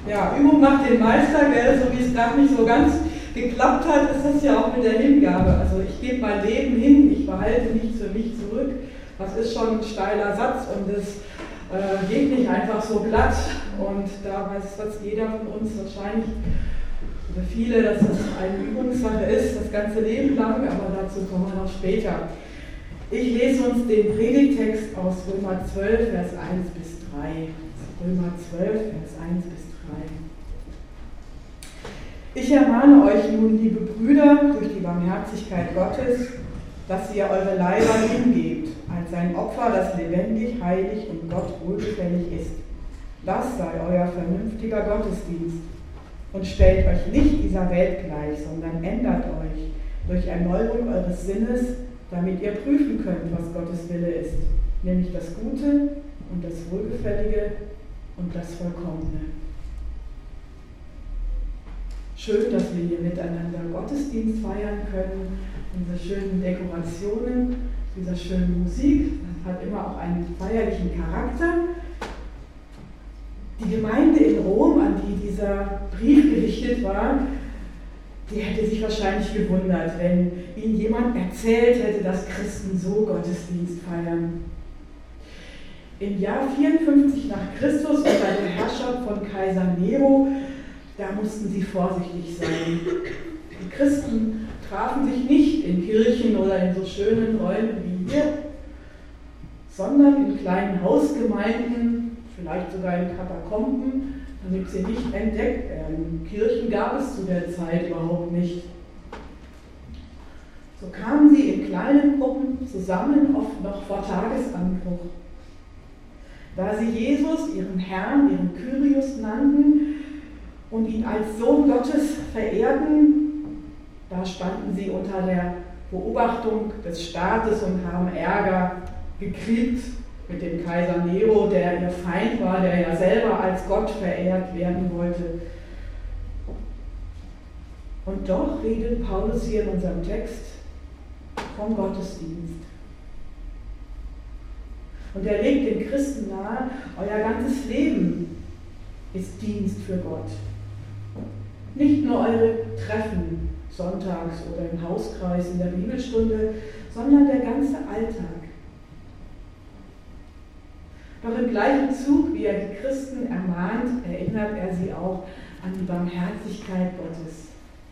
Ja, Übung macht den Meister, gell? So wie es gerade nicht so ganz geklappt hat, ist das ja auch mit der Hingabe. Also ich gebe mein Leben hin, ich behalte nichts für mich zurück. Das ist schon ein steiler Satz und das geht nicht einfach so glatt. Und da weiß fast jeder von uns wahrscheinlich, oder viele, dass das eine Übungssache ist, das ganze Leben lang, aber dazu kommen wir noch später. Ich lese uns den Predigtext aus Römer 12, Vers 1 bis 3. Römer 12, Vers 1 bis 3. Ich ermahne euch nun, liebe Brüder, durch die Barmherzigkeit Gottes, dass ihr eure Leiber hingebt, als ein Opfer, das lebendig, heilig und Gott wohlgefällig ist. Das sei euer vernünftiger Gottesdienst. Und stellt euch nicht dieser Welt gleich, sondern ändert euch durch Erneuerung eures Sinnes, damit ihr prüfen könnt, was Gottes Wille ist, nämlich das Gute und das Wohlgefällige und das Vollkommene. Schön, dass wir hier miteinander Gottesdienst feiern können, unsere schönen Dekorationen, dieser schönen Musik, das hat immer auch einen feierlichen Charakter. Die Gemeinde in Rom, an die dieser Brief gerichtet war, die hätte sich wahrscheinlich gewundert, wenn ihnen jemand erzählt hätte, dass Christen so Gottesdienst feiern. Im Jahr 54 nach Christus unter der Herrschaft von Kaiser Nero, da mussten sie vorsichtig sein. Die Christen trafen sich nicht in Kirchen oder in so schönen Räumen wie hier, sondern in kleinen Hausgemeinden, vielleicht sogar in Katakomben, damit sie nicht entdeckt werden. Kirchen gab es zu der Zeit überhaupt nicht. So kamen sie in kleinen Gruppen zusammen, oft noch vor Tagesanbruch. Da sie Jesus, ihren Herrn, ihren Kyrios nannten und ihn als Sohn Gottes verehrten, da standen sie unter der Beobachtung des Staates und haben Ärger gekriegt mit dem Kaiser Nero, der ihr Feind war, der ja selber als Gott verehrt werden wollte. Und doch redet Paulus hier in unserem Text vom Gottesdienst. Und er legt den Christen nahe, euer ganzes Leben ist Dienst für Gott. Nicht nur eure Treffen sonntags oder im Hauskreis in der Bibelstunde, sondern der ganze Alltag. Doch im gleichen Zug, wie er die Christen ermahnt, erinnert er sie auch an die Barmherzigkeit Gottes.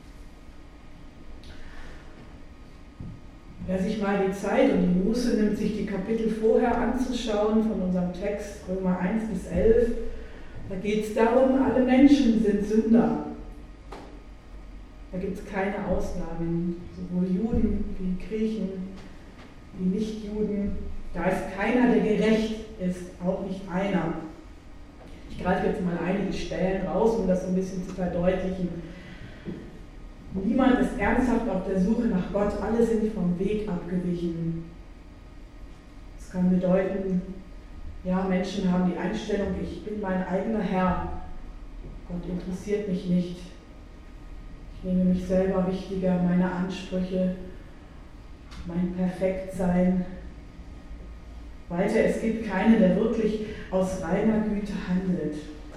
Wer sich mal die Zeit und die Muße nimmt, sich die Kapitel vorher anzuschauen von unserem Text, Römer 1 bis 11, da geht es darum, alle Menschen sind Sünder. Da gibt es keine Ausnahmen, sowohl Juden wie Griechen, wie Nichtjuden. Da ist keiner, der gerecht ist, auch nicht einer. Ich greife jetzt mal einige Stellen raus, um das so ein bisschen zu verdeutlichen. Niemand ist ernsthaft auf der Suche nach Gott, alle sind vom Weg abgewichen. Das kann bedeuten, ja, Menschen haben die Einstellung, ich bin mein eigener Herr, Gott interessiert mich nicht. Ich nehme mich selber wichtiger, meine Ansprüche, mein Perfektsein. Weiter, es gibt keinen, der wirklich aus reiner Güte handelt.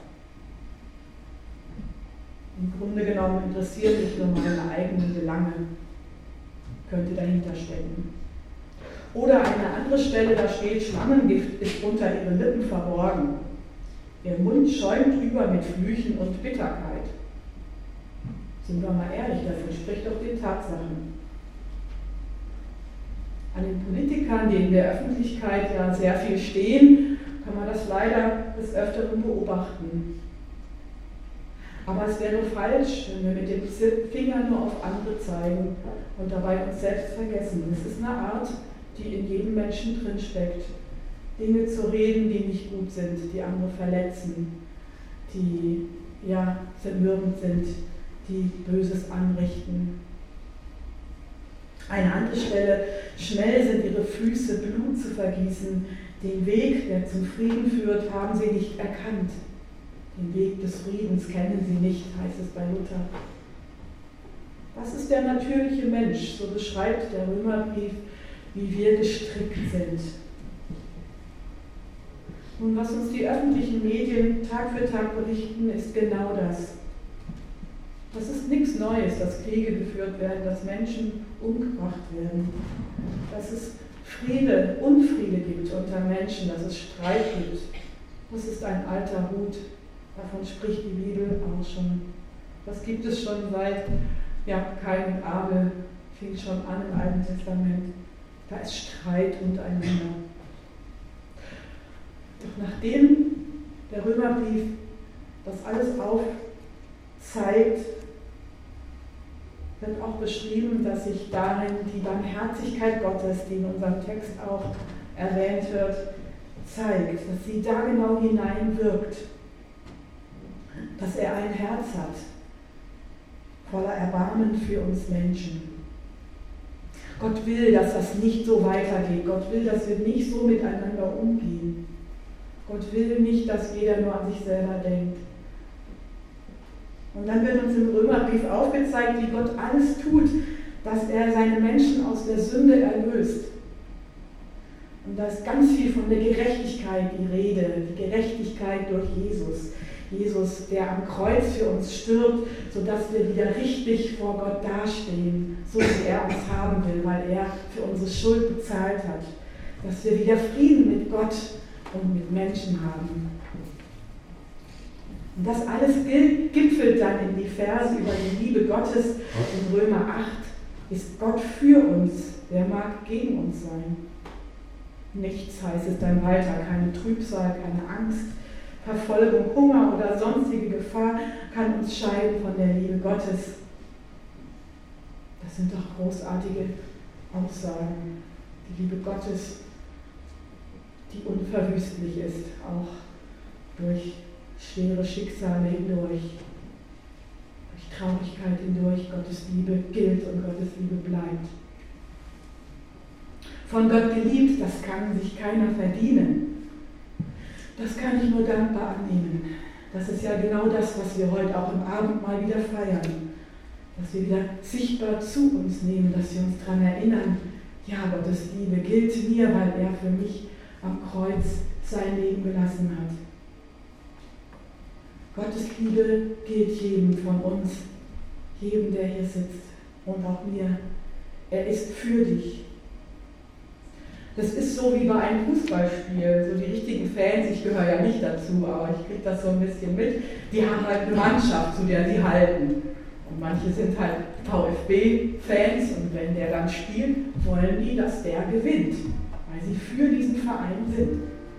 Im Grunde genommen interessiert mich nur meine eigenen Belange, könnte dahinter stecken. Oder eine andere Stelle, da steht, Schlangengift ist unter ihren Lippen verborgen. Ihr Mund schäumt über mit Flüchen und Bitterkeit. Sind wir mal ehrlich, das entspricht doch den Tatsachen. An den Politikern, die in der Öffentlichkeit ja sehr viel stehen, kann man das leider des Öfteren beobachten. Aber es wäre falsch, wenn wir mit dem Finger nur auf andere zeigen und dabei uns selbst vergessen. Es ist eine Art, die in jedem Menschen drinsteckt. Dinge zu reden, die nicht gut sind, die andere verletzen, die ja zermürbend sind, die Böses anrichten. Eine andere Stelle, schnell sind ihre Füße, Blut zu vergießen. Den Weg, der zum Frieden führt, haben sie nicht erkannt. Den Weg des Friedens kennen sie nicht, heißt es bei Luther. Das ist der natürliche Mensch, so beschreibt der Römerbrief, wie wir gestrickt sind. Nun, was uns die öffentlichen Medien Tag für Tag berichten, ist genau das. Das ist nichts Neues, dass Kriege geführt werden, dass Menschen umgebracht werden, dass es Unfriede gibt unter Menschen, dass es Streit gibt. Das ist ein alter Hut, davon spricht die Bibel auch schon. Das gibt es schon seit Kain und Abel, fing schon an im Alten Testament. Da ist Streit untereinander. Doch nachdem der Römerbrief das alles aufzeigt, wird auch beschrieben, dass sich darin die Barmherzigkeit Gottes, die in unserem Text auch erwähnt wird, zeigt, dass sie da genau hineinwirkt, dass er ein Herz hat, voller Erbarmen für uns Menschen. Gott will, dass das nicht so weitergeht. Gott will, dass wir nicht so miteinander umgehen. Gott will nicht, dass jeder nur an sich selber denkt. Und dann wird uns im Römerbrief aufgezeigt, wie Gott alles tut, dass er seine Menschen aus der Sünde erlöst. Und da ist ganz viel von der Gerechtigkeit die Rede, die Gerechtigkeit durch Jesus. Jesus, der am Kreuz für uns stirbt, sodass wir wieder richtig vor Gott dastehen, so wie er uns haben will, weil er für unsere Schuld bezahlt hat. Dass wir wieder Frieden mit Gott und mit Menschen haben. Und das alles gipfelt dann in die Verse über die Liebe Gottes in Römer 8. Ist Gott für uns, wer mag gegen uns sein? Nichts heißt es dann weiter, keine Trübsal, keine Angst, Verfolgung, Hunger oder sonstige Gefahr kann uns scheiden von der Liebe Gottes. Das sind doch großartige Aussagen. Die Liebe Gottes, die unverwüstlich ist, auch durch schwere Schicksale hindurch, durch Traurigkeit hindurch. Gottes Liebe gilt und Gottes Liebe bleibt. Von Gott geliebt, das kann sich keiner verdienen. Das kann ich nur dankbar annehmen. Das ist ja genau das, was wir heute auch im Abendmahl wieder feiern. Dass wir wieder sichtbar zu uns nehmen, dass wir uns daran erinnern, ja, Gottes Liebe gilt mir, weil er für mich am Kreuz sein Leben gelassen hat. Gottes Liebe gilt jedem von uns, jedem, der hier sitzt und auch mir. Er ist für dich. Das ist so wie bei einem Fußballspiel, so die richtigen Fans, ich gehöre ja nicht dazu, aber ich kriege das so ein bisschen mit, die haben halt eine Mannschaft, zu der sie halten. Und manche sind halt VfB-Fans und wenn der dann spielt, wollen die, dass der gewinnt, weil sie für diesen Verein sind.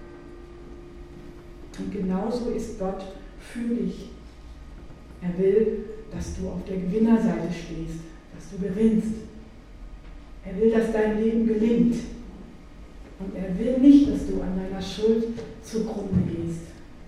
Und genauso ist Gott für dich. Er will, dass du auf der Gewinnerseite stehst, dass du gewinnst. Er will, dass dein Leben gelingt. Und er will nicht, dass du an deiner Schuld zugrunde gehst.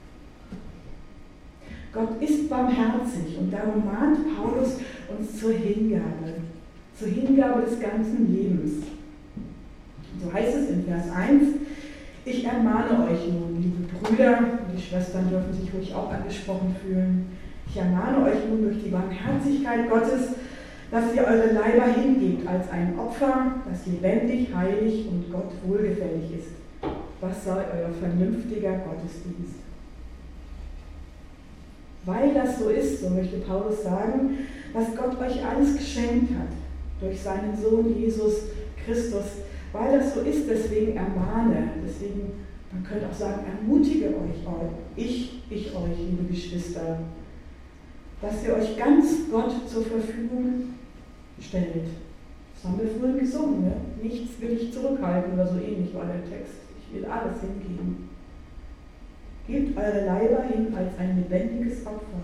Gott ist barmherzig und darum mahnt Paulus uns zur Hingabe des ganzen Lebens. So heißt es in Vers 1, ich ermahne euch nun, liebe Brüder, die Schwestern dürfen sich ruhig auch angesprochen fühlen, ich ermahne euch nun durch die Barmherzigkeit Gottes, dass ihr eure Leiber hingebt als ein Opfer, das lebendig, heilig und Gott wohlgefällig ist. Was sei euer vernünftiger Gottesdienst? Weil das so ist, so möchte Paulus sagen, dass Gott euch alles geschenkt hat, durch seinen Sohn Jesus Christus. Weil das so ist, deswegen ermahne, deswegen, man könnte auch sagen, ermutige euch, ich euch, liebe Geschwister, dass ihr euch ganz Gott zur Verfügung stellt. Das haben wir vorhin gesungen, ne? Nichts will ich zurückhalten oder so ähnlich war der Text. Ich will alles hingeben. Gebt eure Leiber hin als ein lebendiges Opfer.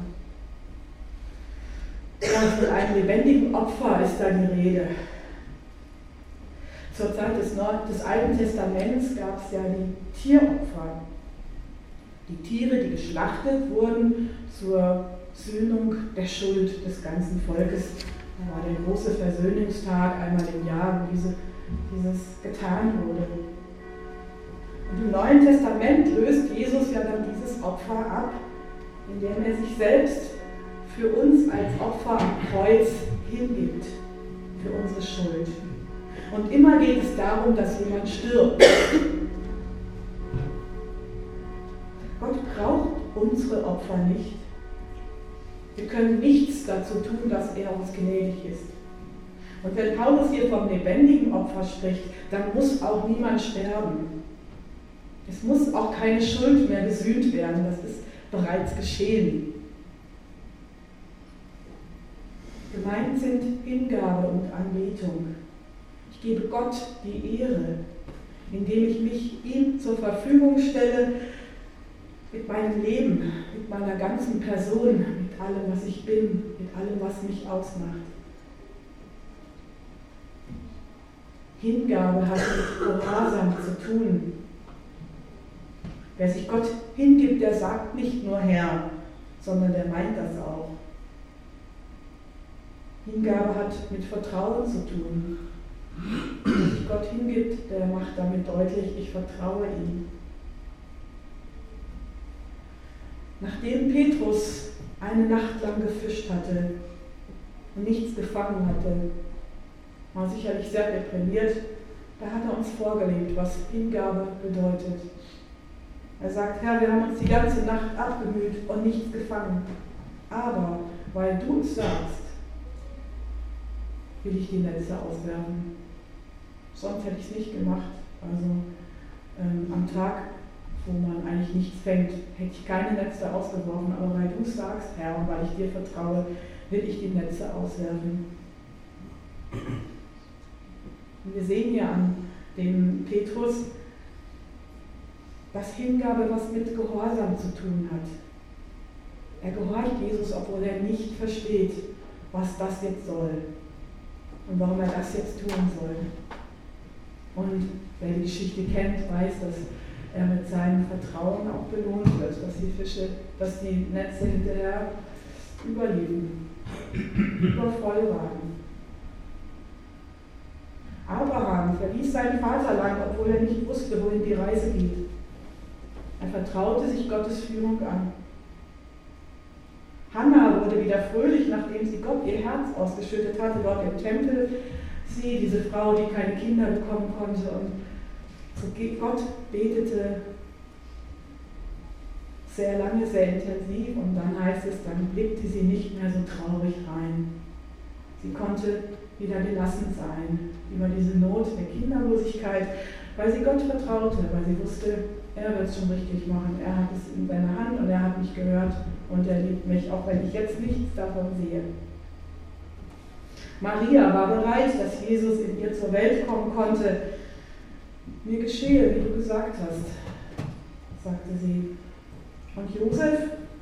Ja, von einem lebendigen Opfer ist da die Rede. Zur Zeit des Alten Testaments gab es ja die Tieropfer. Die Tiere, die geschlachtet wurden zur Sühnung der Schuld des ganzen Volkes. Da war der große Versöhnungstag einmal im Jahr, wo dieses getan wurde. Und im Neuen Testament löst Jesus ja dann dieses Opfer ab, indem er sich selbst für uns als Opfer am Kreuz hingibt, für unsere Schuld. Und immer geht es darum, dass jemand stirbt. unsere Opfer nicht. Wir können nichts dazu tun, dass er uns gnädig ist. Und wenn Paulus hier vom lebendigen Opfer spricht, dann muss auch niemand sterben. Es muss auch keine Schuld mehr gesühnt werden, das ist bereits geschehen. Gemeint sind Hingabe und Anbetung. Ich gebe Gott die Ehre, indem ich mich ihm zur Verfügung stelle, mit meinem Leben, mit meiner ganzen Person, mit allem, was ich bin, mit allem, was mich ausmacht. Hingabe hat mit Gehorsam zu tun. Wer sich Gott hingibt, der sagt nicht nur Herr, sondern der meint das auch. Hingabe hat mit Vertrauen zu tun. Wer sich Gott hingibt, der macht damit deutlich, ich vertraue ihm. Nachdem Petrus eine Nacht lang gefischt hatte und nichts gefangen hatte, war sicherlich sehr deprimiert, da hat er uns vorgelebt, was Hingabe bedeutet. Er sagt, Herr, wir haben uns die ganze Nacht abgemüht und nichts gefangen. Aber weil du es sagst, will ich die Netze auswerfen. Sonst hätte ich es nicht gemacht. Also am Tag, wo man eigentlich nichts fängt, hätte ich keine Netze ausgeworfen. Aber weil du es sagst, Herr, und weil ich dir vertraue, will ich die Netze auswerfen. Und wir sehen hier an dem Petrus, dass Hingabe was mit Gehorsam zu tun hat. Er gehorcht Jesus, obwohl er nicht versteht, was das jetzt soll und warum er das jetzt tun soll. Und wer die Geschichte kennt, weiß, dass er mit seinem Vertrauen auch belohnt wird, dass die Netze hinterher überleben, übervoll waren. Abraham verließ sein Vaterland, obwohl er nicht wusste, wohin die Reise geht. Er vertraute sich Gottes Führung an. Hannah wurde wieder fröhlich, nachdem sie Gott ihr Herz ausgeschüttet hatte, dort im Tempel. Sie, diese Frau, die keine Kinder bekommen konnte und zu Gott betete, sehr lange, sehr intensiv, und dann heißt es, dann blickte sie nicht mehr so traurig rein. Sie konnte wieder gelassen sein über diese Not der Kinderlosigkeit, weil sie Gott vertraute, weil sie wusste, er wird es schon richtig machen, er hat es in seiner Hand und er hat mich gehört und er liebt mich, auch wenn ich jetzt nichts davon sehe. Maria war bereit, dass Jesus in ihr zur Welt kommen konnte. Mir geschehe, wie du gesagt hast, sagte sie. Und Josef,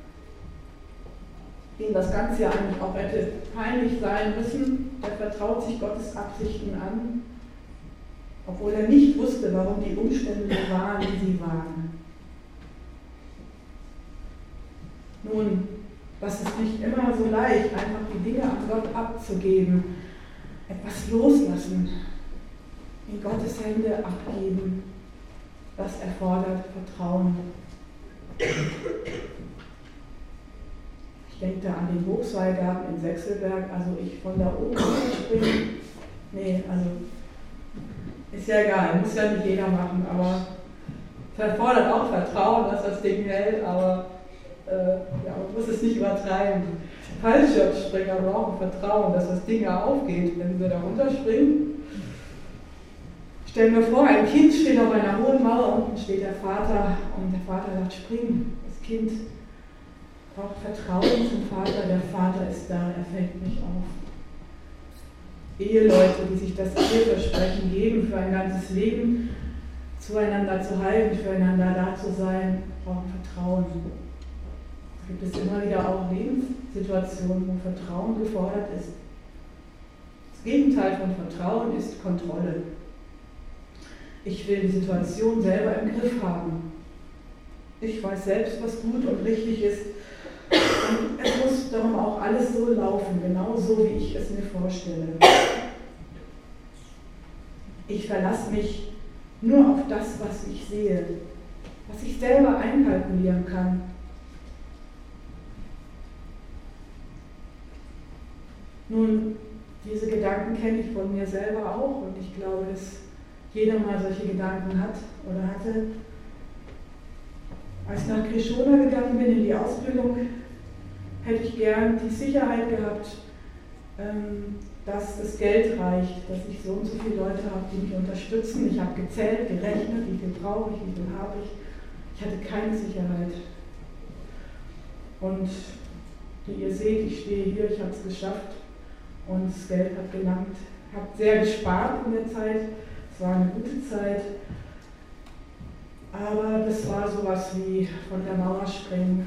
dem das Ganze ja eigentlich auch hätte peinlich sein müssen, der vertraut sich Gottes Absichten an, obwohl er nicht wusste, warum die Umstände so waren, wie sie waren. Nun, das ist nicht immer so leicht, einfach die Dinge an Gott abzugeben, etwas loslassen, in Gottes Hände abgeben. Das erfordert Vertrauen. Ich denke da an den Hochseilgarten in Sechselberg, also ich von da oben springen. Nee, also ist ja egal, muss ja nicht jeder machen, aber es erfordert auch Vertrauen, dass das Ding hält, aber ja, man muss es nicht übertreiben. Fallschirmspringer brauchen Vertrauen, dass das Ding ja aufgeht, wenn sie da runterspringen. Stell mir vor, ein Kind steht auf einer hohen Mauer, unten steht der Vater und der Vater sagt, spring. Das Kind braucht Vertrauen zum Vater, der Vater ist da, er fängt mich auf. Eheleute, die sich das Eheversprechen geben, für ein ganzes Leben zueinander zu halten, füreinander da zu sein, brauchen Vertrauen. Es gibt es immer wieder auch Lebenssituationen, wo Vertrauen gefordert ist. Das Gegenteil von Vertrauen ist Kontrolle. Ich will die Situation selber im Griff haben. Ich weiß selbst, was gut und richtig ist. Und es muss darum auch alles so laufen, genau so, wie ich es mir vorstelle. Ich verlasse mich nur auf das, was ich sehe, was ich selber einkalkulieren kann. Nun, diese Gedanken kenne ich von mir selber auch und ich glaube, dass jeder mal solche Gedanken hat oder hatte. Als ich nach Krishona gegangen bin in die Ausbildung, hätte ich gern die Sicherheit gehabt, dass das Geld reicht, dass ich so und so viele Leute habe, die mich unterstützen. Ich habe gezählt, gerechnet, wie viel brauche ich, wie viel habe ich. Ich hatte keine Sicherheit. Und wie ihr seht, ich stehe hier, ich habe es geschafft und das Geld hat gelangt. Ich habe sehr gespart in der Zeit, es war eine gute Zeit, aber das war sowas wie von der Mauer springen.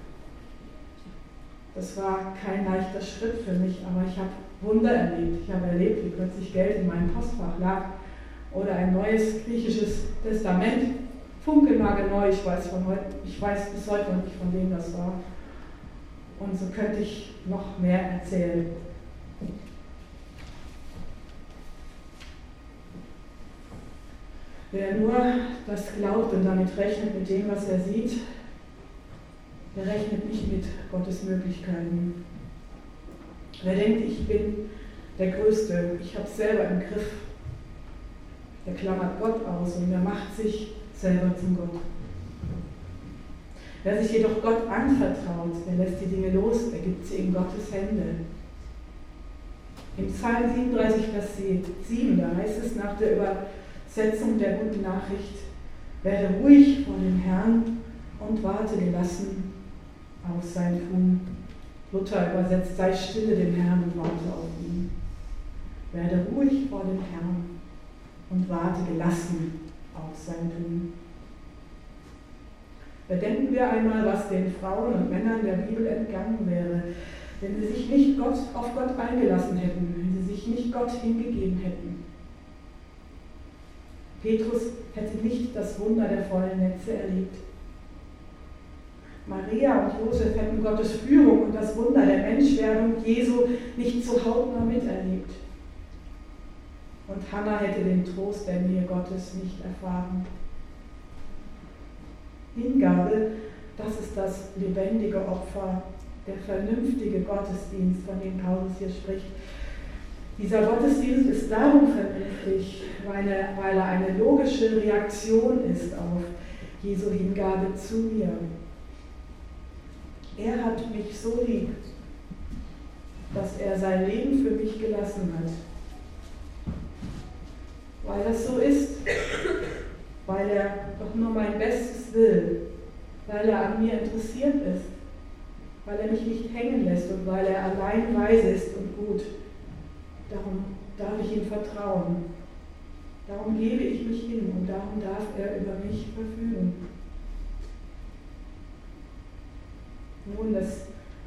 Das war kein leichter Schritt für mich, aber ich habe Wunder erlebt. Ich habe erlebt, wie plötzlich Geld in meinem Postfach lag oder ein neues griechisches Testament, funkelnagelneu, ich weiß bis heute noch nicht, von wem das war. Und so könnte ich noch mehr erzählen. Wer nur das glaubt und damit rechnet mit dem, was er sieht, der rechnet nicht mit Gottes Möglichkeiten. Wer denkt, ich bin der Größte, ich habe es selber im Griff, der klammert Gott aus und der macht sich selber zum Gott. Wer sich jedoch Gott anvertraut, der lässt die Dinge los, er gibt sie in Gottes Hände. Im Psalm 37, Vers 7, da heißt es nach der Übersetzung der guten Nachricht: Werde ruhig vor dem Herrn und warte gelassen auf sein Tun. Luther übersetzt: Sei stille dem Herrn und warte auf ihn. Werde ruhig vor dem Herrn und warte gelassen auf sein Tun. Bedenken wir einmal, was den Frauen und Männern der Bibel entgangen wäre, wenn sie sich nicht auf Gott eingelassen hätten, wenn sie sich nicht Gott hingegeben hätten. Petrus hätte nicht das Wunder der vollen Netze erlebt. Maria und Josef hätten Gottes Führung und das Wunder der Menschwerdung Jesu nicht zu hautnah miterlebt. Und Hannah hätte den Trost der Nähe Gottes nicht erfahren. Hingabe, das ist das lebendige Opfer, der vernünftige Gottesdienst, von dem Paulus hier spricht. Dieser Gottesdienst ist darum vernünftig, weil er eine logische Reaktion ist auf Jesu Hingabe zu mir. Er hat mich so lieb, dass er sein Leben für mich gelassen hat. Weil das so ist, weil er doch nur mein Bestes will, weil er an mir interessiert ist, weil er mich nicht hängen lässt und weil er allein weise ist und gut. Darum darf ich ihm vertrauen. Darum gebe ich mich hin und darum darf er über mich verfügen. Nun, das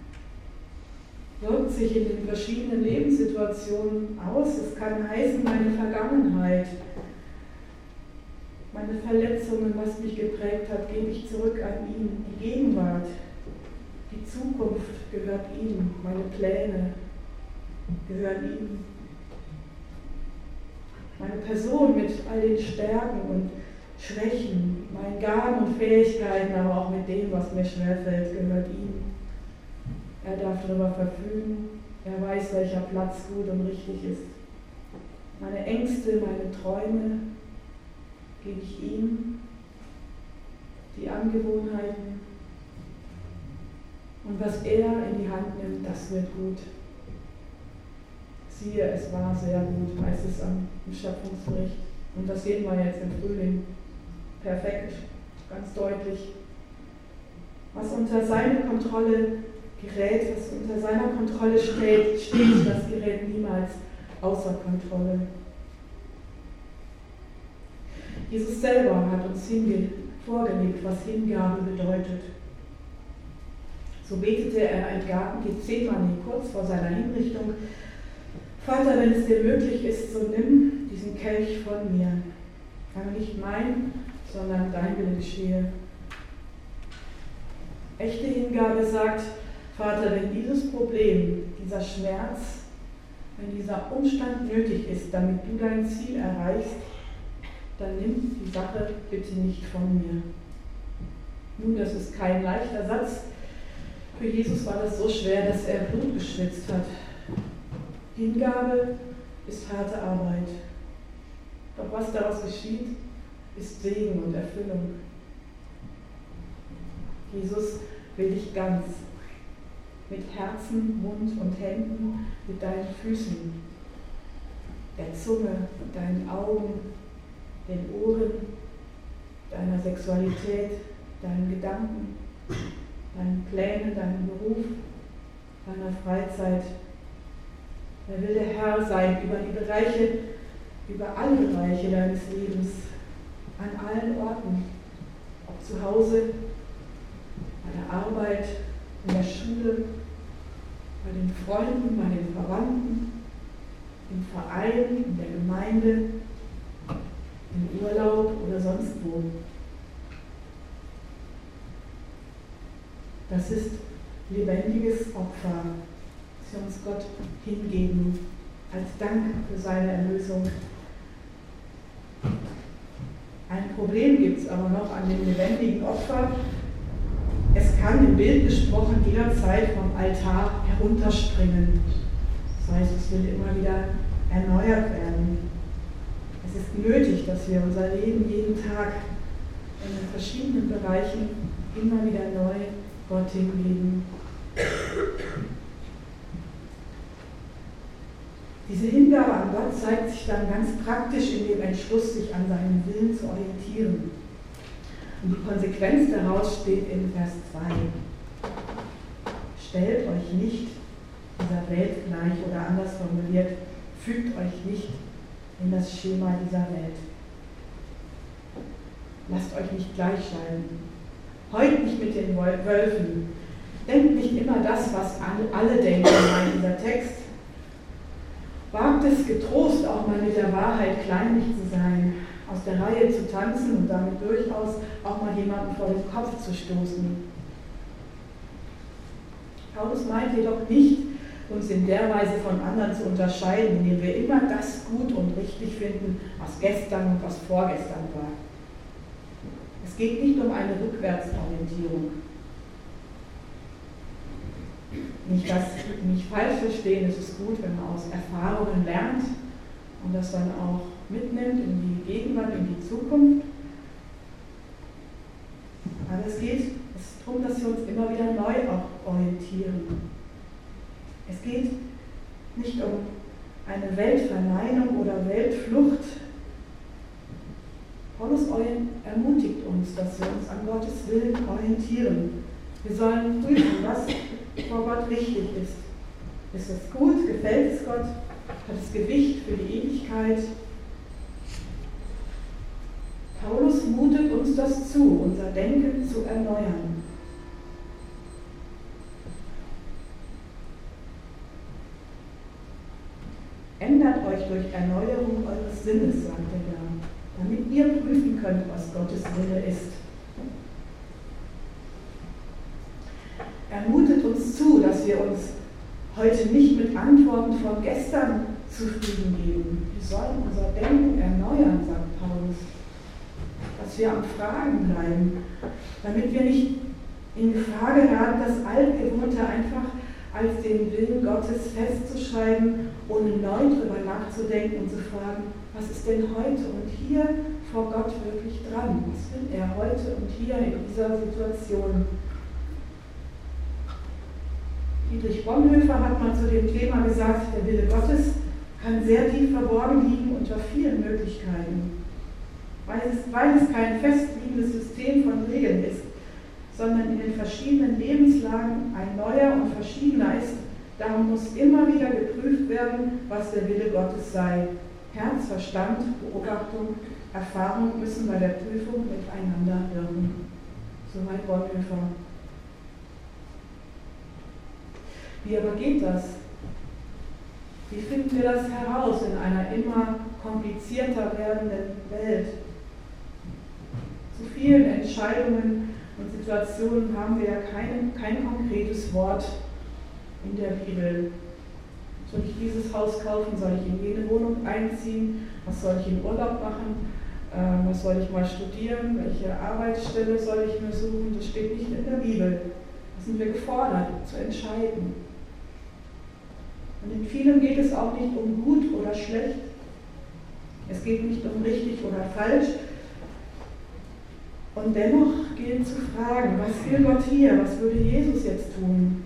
wirkt sich in den verschiedenen Lebenssituationen aus. Es kann heißen, meine Vergangenheit, meine Verletzungen, was mich geprägt hat, gebe ich zurück an ihn. Die Gegenwart, die Zukunft gehört ihm. Meine Pläne gehören ihm. Meine Person mit all den Stärken und Schwächen, meinen Gaben und Fähigkeiten, aber auch mit dem, was mir schwerfällt, gehört ihm. Er darf darüber verfügen. Er weiß, welcher Platz gut und richtig ist. Meine Ängste, meine Träume gebe ich ihm, die Angewohnheiten. Und was er in die Hand nimmt, das wird gut. Siehe, es war sehr gut, heißt es im Schöpfungsbericht. Und das sehen wir jetzt im Frühling. Perfekt, ganz deutlich. Was unter seine Kontrolle gerät, was unter seiner Kontrolle steht, das gerät niemals außer Kontrolle. Jesus selber hat uns vorgelebt, was Hingabe bedeutet. So betete er im Garten Gethsemane kurz vor seiner Hinrichtung: Vater, wenn es dir möglich ist, so nimm diesen Kelch von mir. Aber nicht mein, sondern dein Wille geschehe. Echte Hingabe sagt: Vater, wenn dieses Problem, dieser Schmerz, wenn dieser Umstand nötig ist, damit du dein Ziel erreichst, dann nimm die Sache bitte nicht von mir. Nun, das ist kein leichter Satz. Für Jesus war das so schwer, dass er Blut geschwitzt hat. Hingabe ist harte Arbeit. Doch was daraus geschieht, ist Segen und Erfüllung. Jesus will dich ganz, mit Herzen, Mund und Händen, mit deinen Füßen, der Zunge, deinen Augen, den Ohren, deiner Sexualität, deinen Gedanken, deinen Plänen, deinem Beruf, deiner Freizeit. Er will der Herr sein über die Bereiche, über alle Bereiche deines Lebens, an allen Orten, ob zu Hause, bei der Arbeit, in der Schule, bei den Freunden, bei den Verwandten, im Verein, in der Gemeinde, im Urlaub oder sonst wo. Das ist lebendiges Opfer, das wir uns Gott hingeben, als Dank für seine Erlösung. Ein Problem gibt es aber noch an dem lebendigen Opfer. Es kann im Bild gesprochen jederzeit vom Altar herunterspringen. Das heißt, es will immer wieder erneuert werden. Es ist nötig, dass wir unser Leben jeden Tag in den verschiedenen Bereichen immer wieder neu Gott hingeben. Diese Hingabe an Gott zeigt sich dann ganz praktisch in dem Entschluss, sich an seinem Willen zu orientieren. Und die Konsequenz daraus steht in Vers 2. Stellt euch nicht dieser Welt gleich, oder anders formuliert, fügt euch nicht in das Schema dieser Welt. Lasst euch nicht gleichschalten. Heult nicht mit den Wölfen. Denkt nicht immer das, was alle denken, meint dieser Text. Wagt es getrost, auch mal mit der Wahrheit kleinlich zu sein, aus der Reihe zu tanzen und damit durchaus auch mal jemanden vor den Kopf zu stoßen. Paulus meint jedoch nicht, uns in der Weise von anderen zu unterscheiden, indem wir immer das gut und richtig finden, was gestern und was vorgestern war. Es geht nicht um eine Rückwärtsorientierung. Nicht, dass Sie mich falsch verstehen, es ist gut, wenn man aus Erfahrungen lernt und das dann auch mitnimmt in die Gegenwart, in die Zukunft. Aber es geht darum, dass wir uns immer wieder neu auch orientieren. Es geht nicht um eine Weltverneinung oder Weltflucht. Paulus ermutigt uns, dass wir uns an Gottes Willen orientieren. Wir sollen prüfen, was vor Gott richtig ist. Ist es gut? Gefällt es Gott? Hat es Gewicht für die Ewigkeit? Paulus mutet uns das zu, unser Denken zu erneuern. Ändert euch durch Erneuerung eures Sinnes, sagt er da, damit ihr prüfen könnt, was Gottes Wille ist. Er mutet uns zu, dass wir uns heute nicht mit Antworten von gestern zufrieden geben. Wir sollen unser Denken erneuern, sagt Paulus. Dass wir am Fragen bleiben, damit wir nicht in Gefahr geraten, das Altgewohnte einfach als den Willen Gottes festzuschreiben, ohne neu darüber nachzudenken und zu fragen, was ist denn heute und hier vor Gott wirklich dran? Was will er heute und hier in dieser Situation? Dietrich Bonhoeffer hat mal zu dem Thema gesagt, der Wille Gottes kann sehr tief verborgen liegen unter vielen Möglichkeiten, weil es kein festliegendes System von Regeln ist, sondern in den verschiedenen Lebenslagen ein neuer und verschiedener ist. Darum muss immer wieder geprüft werden, was der Wille Gottes sei. Herz, Verstand, Beobachtung, Erfahrung müssen bei der Prüfung miteinander wirken. Soweit Bonhoeffer. Wie aber geht das? Wie finden wir das heraus in einer immer komplizierter werdenden Welt? Zu vielen Entscheidungen und Situationen haben wir ja kein konkretes Wort in der Bibel. Soll ich dieses Haus kaufen? Soll ich in jene Wohnung einziehen? Was soll ich im Urlaub machen? Was soll ich mal studieren? Welche Arbeitsstelle soll ich mir suchen? Das steht nicht in der Bibel. Da sind wir gefordert, zu entscheiden. Und in vielem geht es auch nicht um gut oder schlecht. Es geht nicht um richtig oder falsch. Und dennoch gilt zu fragen, was will Gott hier? Was würde Jesus jetzt tun?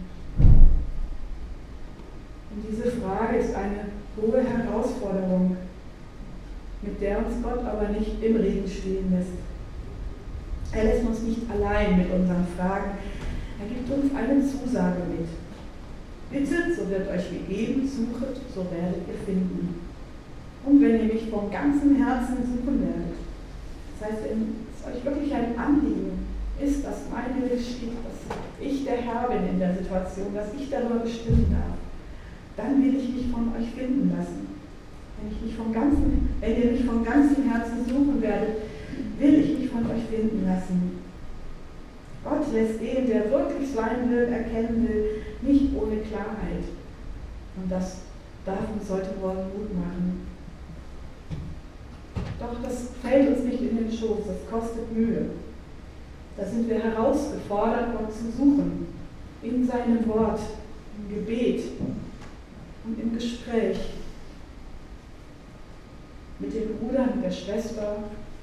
Und diese Frage ist eine hohe Herausforderung, mit der uns Gott aber nicht im Regen stehen lässt. Er lässt uns nicht allein mit unseren Fragen. Er gibt uns eine Zusage mit. Bittet, so wird euch gegeben, suchet, so werdet ihr finden. Und wenn ihr mich von ganzem Herzen suchen werdet, das heißt, wenn es euch wirklich ein Anliegen ist, dass mein Wille steht, dass ich der Herr bin in der Situation, dass ich darüber bestimmen darf, dann will ich mich von euch finden lassen. Wenn ihr mich von ganzem Herzen suchen werdet, will ich mich von euch finden lassen. Gott lässt den, der wirklich sein will, erkennen will, nicht ohne Klarheit. Und das darf uns heute Morgen Mut machen. Doch das fällt uns nicht in den Schoß, das kostet Mühe. Da sind wir herausgefordert, Gott zu suchen, in seinem Wort, im Gebet und im Gespräch mit dem Bruder, mit der Schwester,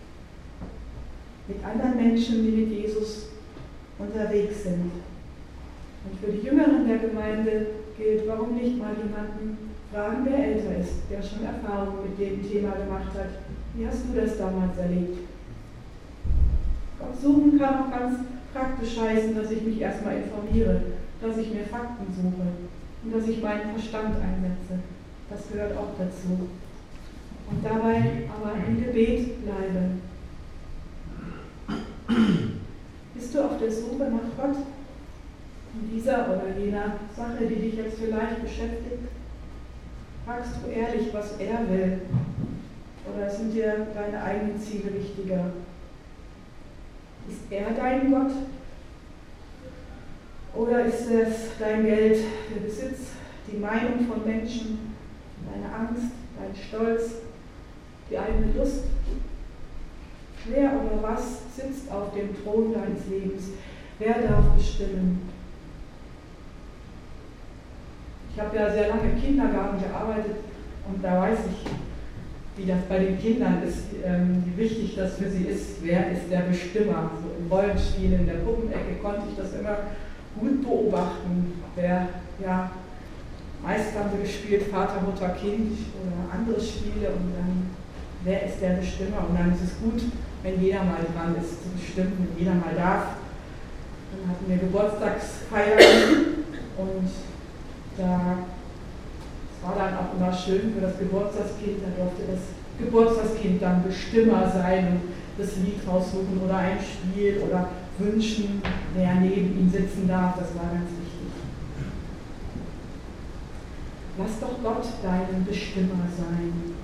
mit anderen Menschen, die mit Jesus unterwegs sind. Und für die Jüngeren der Gemeinde gilt, warum nicht mal jemanden fragen, der älter ist, der schon Erfahrung mit dem Thema gemacht hat. Wie hast du das damals erlebt? Gott suchen kann auch ganz praktisch heißen, dass ich mich erstmal informiere, dass ich mir Fakten suche und dass ich meinen Verstand einsetze. Das gehört auch dazu. Und dabei aber im Gebet bleibe. Bist du auf der Suche nach Gott? In dieser oder jener Sache, die dich jetzt vielleicht beschäftigt? Fragst du ehrlich, was er will? Oder sind dir deine eigenen Ziele wichtiger? Ist er dein Gott? Oder ist es dein Geld, der Besitz, die Meinung von Menschen, deine Angst, dein Stolz, die eigene Lust? Wer oder was sitzt auf dem Thron deines Lebens? Wer darf bestimmen? Ich habe ja sehr lange im Kindergarten gearbeitet und da weiß ich, wie das bei den Kindern ist, wie wichtig das für sie ist. Wer ist der Bestimmer? So im Rollenspiel in der Puppenecke konnte ich das immer gut beobachten. Meist haben sie gespielt Vater, Mutter, Kind oder andere Spiele und dann, wer ist der Bestimmer? Und dann ist es gut, wenn jeder mal dran ist zu bestimmen, wenn jeder mal darf. Dann hatten wir Geburtstagsfeiern und das war dann auch immer schön für das Geburtstagskind, da durfte das Geburtstagskind dann Bestimmer sein und das Lied raussuchen oder ein Spiel oder wünschen, wer neben ihm sitzen darf, das war ganz wichtig. Lass doch Gott dein Bestimmer sein.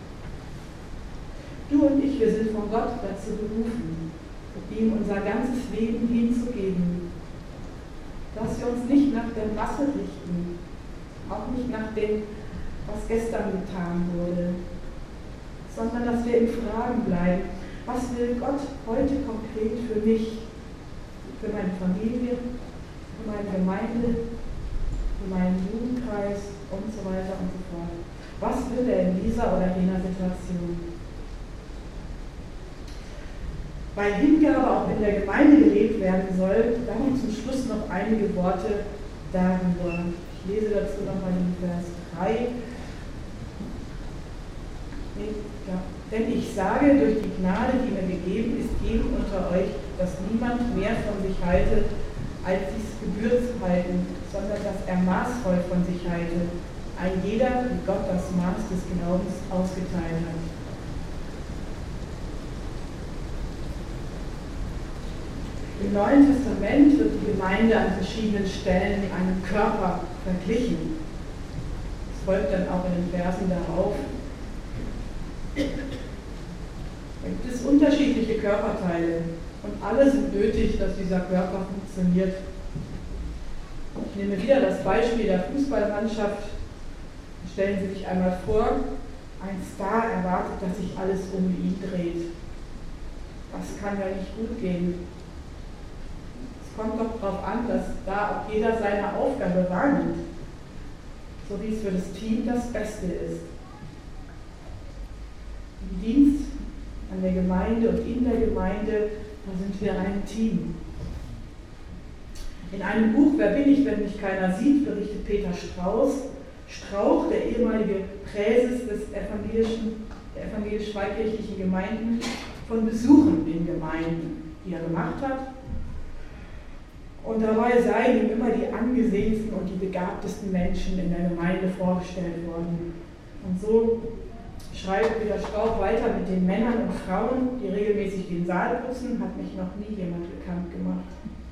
Du und ich, wir sind von Gott dazu berufen, ihm unser ganzes Leben hinzugeben, dass wir uns nicht nach der Masse richten, auch nicht nach dem, was gestern getan wurde, sondern dass wir im Fragen bleiben. Was will Gott heute konkret für mich, für meine Familie, für meine Gemeinde, für meinen Jugendkreis und so weiter und so fort? Was will er in dieser oder jener Situation? Weil Hingabe auch in der Gemeinde gelebt werden soll, darum zum Schluss noch einige Worte darüber. Ich lese dazu nochmal den Vers 3. Denn ich sage, durch die Gnade, die mir gegeben ist, jedem unter euch, dass niemand mehr von sich halte, als dies gebührt zu halten, sondern dass er maßvoll von sich halte, ein jeder, wie Gott das Maß des Glaubens ausgeteilt hat. Im Neuen Testament wird die Gemeinde an verschiedenen Stellen mit einem Körper verglichen. Das folgt dann auch in den Versen darauf. Da gibt es unterschiedliche Körperteile und alle sind nötig, dass dieser Körper funktioniert. Ich nehme wieder das Beispiel der Fußballmannschaft. Stellen Sie sich einmal vor, ein Star erwartet, dass sich alles um ihn dreht. Das kann ja nicht gut gehen. Kommt doch darauf an, dass da auch jeder seine Aufgabe wahrnimmt, so wie es für das Team das Beste ist. Im Dienst an der Gemeinde und in der Gemeinde Da sind wir ein Team. In einem Buch Wer bin ich, wenn mich keiner sieht, berichtet Peter Strauch, der ehemalige Präses der evangelisch-freikirchlichen Gemeinden, von Besuchen in Gemeinden, die er gemacht hat. Und dabei seien ihm immer die angesehensten und die begabtesten Menschen in der Gemeinde vorgestellt worden. Und so schreibt Peter Strauch weiter: Mit den Männern und Frauen, die regelmäßig den Saal putzen, hat mich noch nie jemand bekannt gemacht.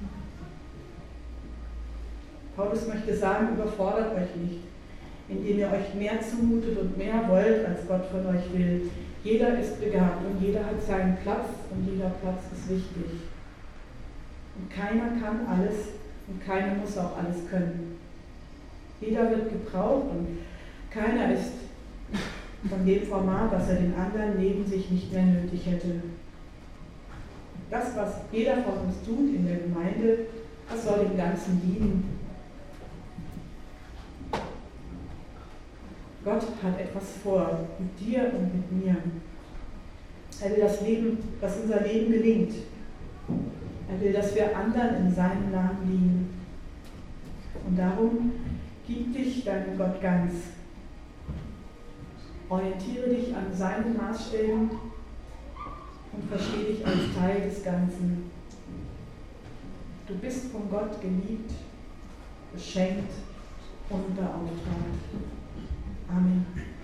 Paulus möchte sagen, überfordert euch nicht, indem ihr euch mehr zumutet und mehr wollt, als Gott von euch will. Jeder ist begabt und jeder hat seinen Platz und jeder Platz ist wichtig. Und keiner kann alles und keiner muss auch alles können. Jeder wird gebraucht und keiner ist von dem Format, dass er den anderen neben sich nicht mehr nötig hätte. Das, was jeder von uns tut in der Gemeinde, das soll dem Ganzen dienen. Gott hat etwas vor, mit dir und mit mir. Er will, dass unser Leben gelingt. Er will, dass wir anderen in seinem Namen dienen. Und darum gib dich deinem Gott ganz. Orientiere dich an seinen Maßstäben und verstehe dich als Teil des Ganzen. Du bist von Gott geliebt, beschenkt und beauftragt. Amen.